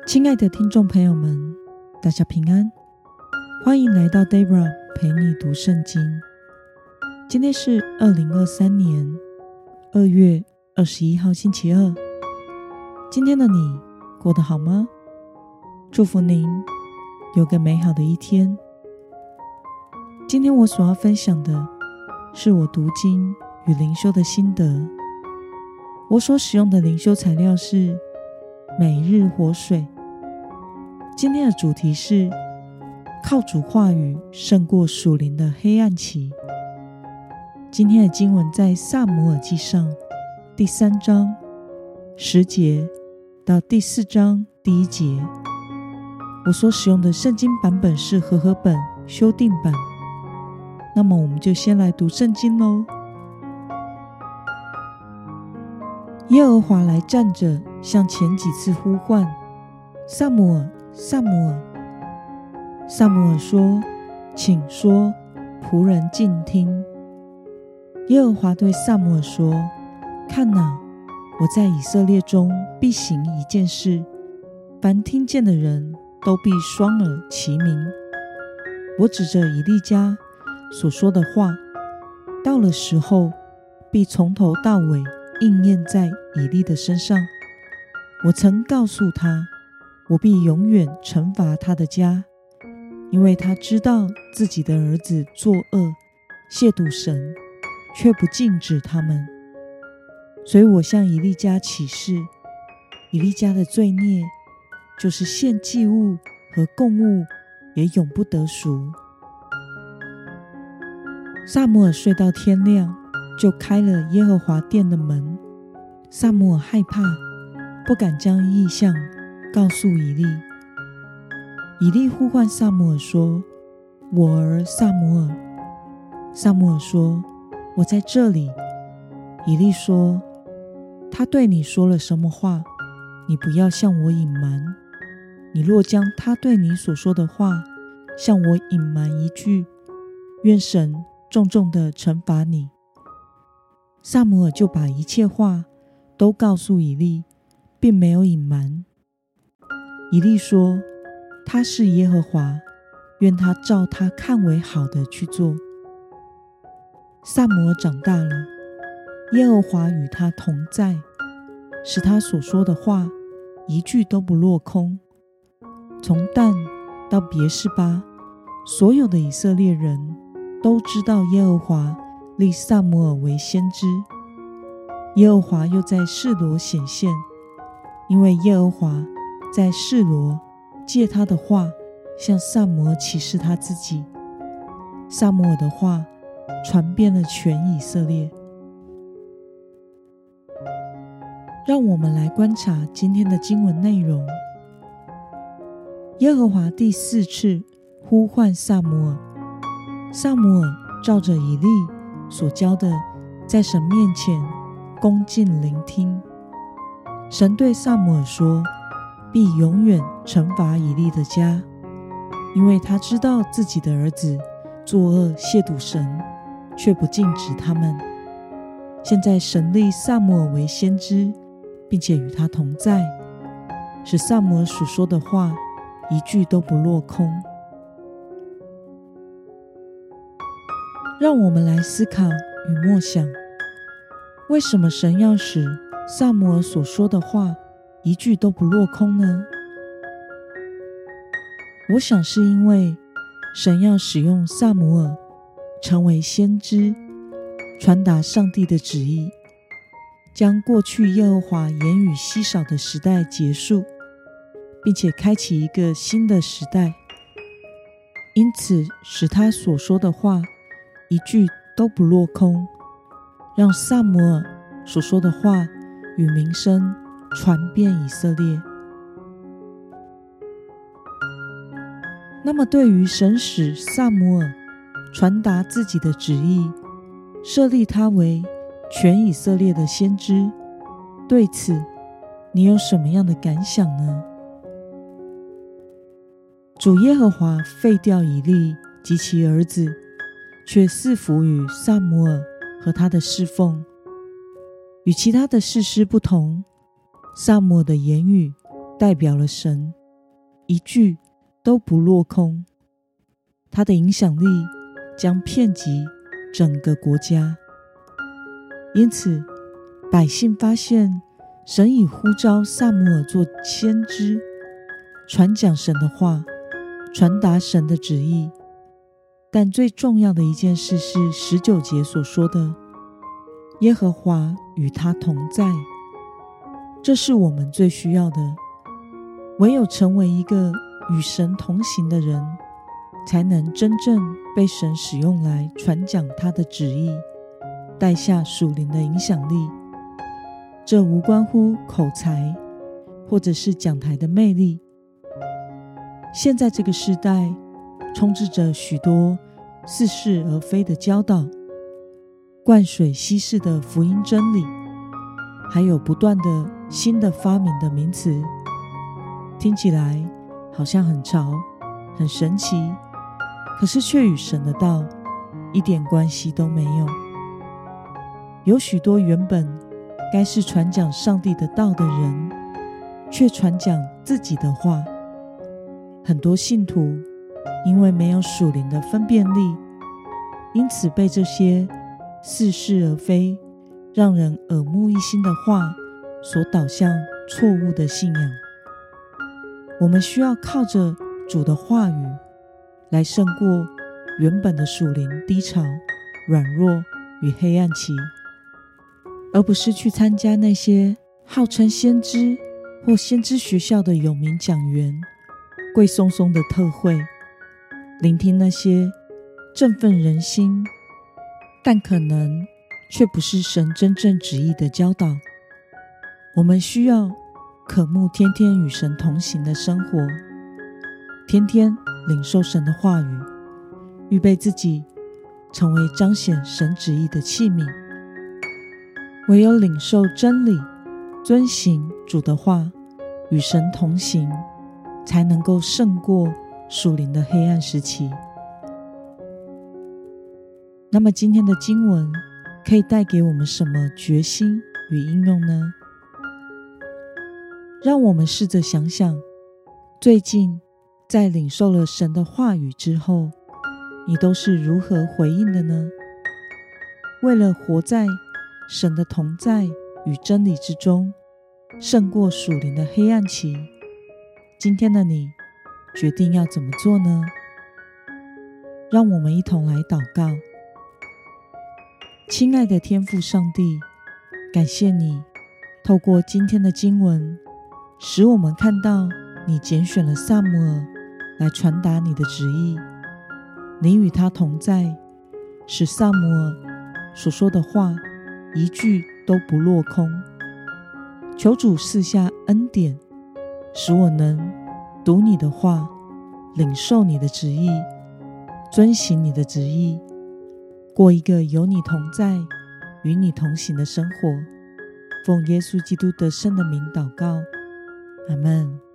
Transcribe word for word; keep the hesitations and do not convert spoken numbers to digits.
亲爱的听众朋友们，大家平安，欢迎来到 Debra 陪你读圣经。今天是二零二三年二月二十一号星期二。今天的你过得好吗？祝福您有个美好的一天。今天我所要分享的是我读经与灵修的心得。我所使用的灵修材料是每日活水。今天的主题是靠主话语胜过属灵的黑暗期。今天的经文在撒母耳记上第三章十节到第四章第一节。我所使用的圣经版本是和合本修订版。那么我们就先来读圣经咯。耶和华来站着，像前几次呼唤，撒母耳，撒母耳。撒母耳说：请说，仆人静听。耶和华对撒母耳说：看哪，我在以色列中必行一件事，凡听见的人都必双耳齐鸣。我指着以利家所说的话，到了时候，必从头到尾应验在以利的身上。我曾告诉他，我必永远惩罚他的家，因为他知道自己的儿子作恶，亵渎神，却不禁止他们。所以我向以利家起誓，以利家的罪孽，就是献祭物和供物也永不得赎。撒母耳睡到天亮，就开了耶和华殿的门。撒母耳害怕，不敢将异象告诉以利。以利呼唤撒母耳说：我儿撒母耳。撒母耳说：我在这里。以利说：他对你说了什么话？你不要向我隐瞒。你若将他对你所说的话向我隐瞒一句，愿神重重地惩罚你。撒母耳就把一切话都告诉以利，并没有隐瞒。以利说：他是耶和华，愿他照他看为好的去做。撒母耳长大了，耶和华与他同在，使他所说的话一句都不落空。从但到别是巴，所有的以色列人都知道耶和华立撒母耳为先知。耶和华又在示罗显现，因为耶和华在示罗借他的话向撒母耳启示他自己。撒母耳的话传遍了全以色列。让我们来观察今天的经文内容。耶和华第四次呼唤撒母耳，撒母耳照着以利所教的，在神面前恭敬聆听。神对撒母耳说，必永远惩罚以利的家，因为他知道自己的儿子作恶亵渎神，却不禁止他们。现在神立撒母耳为先知，并且与他同在，使撒母耳所说的话一句都不落空。让我们来思考与默想，为什么神要使撒母耳所说的话一句都不落空呢？我想是因为神要使用撒母耳成为先知，传达上帝的旨意，将过去耶和华言语稀少的时代结束，并且开启一个新的时代。因此使他所说的话一句都不落空，让撒母耳所说的话与名声传遍以色列。那么对于神使撒母耳传达自己的旨意，设立他为全以色列的先知，对此你有什么样的感想呢？主耶和华废掉以利及其儿子，却赐福于撒母耳和他的侍奉。与其他的士师不同，撒母耳的言语代表了神一句都不落空，他的影响力将遍及整个国家。因此百姓发现神已呼召撒母耳做先知，传讲神的话，传达神的旨意。但最重要的一件事是十九节所说的，耶和华与他同在。这是我们最需要的。唯有成为一个与神同行的人，才能真正被神使用来传讲他的旨意，带下属灵的影响力。这无关乎口才，或者是讲台的魅力。现在这个时代充斥着许多似是而非的教导，灌水稀释的福音真理，还有不断的新的发明的名词，听起来好像很潮很神奇，可是却与神的道一点关系都没有。有许多原本该是传讲上帝的道的人，却传讲自己的话。很多信徒因为没有属灵的分辨力，因此被这些似是而非、让人耳目一新的话所导向错误的信仰。我们需要靠着主的话语来胜过原本的属灵低潮、软弱与黑暗期，而不是去参加那些号称先知或先知学校的有名讲员、贵松松的特会，聆听那些振奋人心，但可能却不是神真正旨意的教导。我们需要渴慕天天与神同行的生活，天天领受神的话语，预备自己成为彰显神旨意的器皿。唯有领受真理，遵行主的话，与神同行，才能够胜过属灵的黑暗时期。那么今天的经文可以带给我们什么决心与应用呢？让我们试着想想，最近在领受了神的话语之后，你都是如何回应的呢？为了活在神的同在与真理之中，胜过属灵的黑暗期，今天的你决定要怎么做呢？让我们一同来祷告。亲爱的天父上帝，感谢你透过今天的经文，使我们看到你拣选了撒母耳来传达你的旨意，你与他同在，使撒母耳所说的话一句都不落空。求主赐下恩典，使我能读你的话，领受你的旨意，遵行你的旨意，过一个有你同在、与你同行的生活。奉耶稣基督得胜的名祷告，阿们。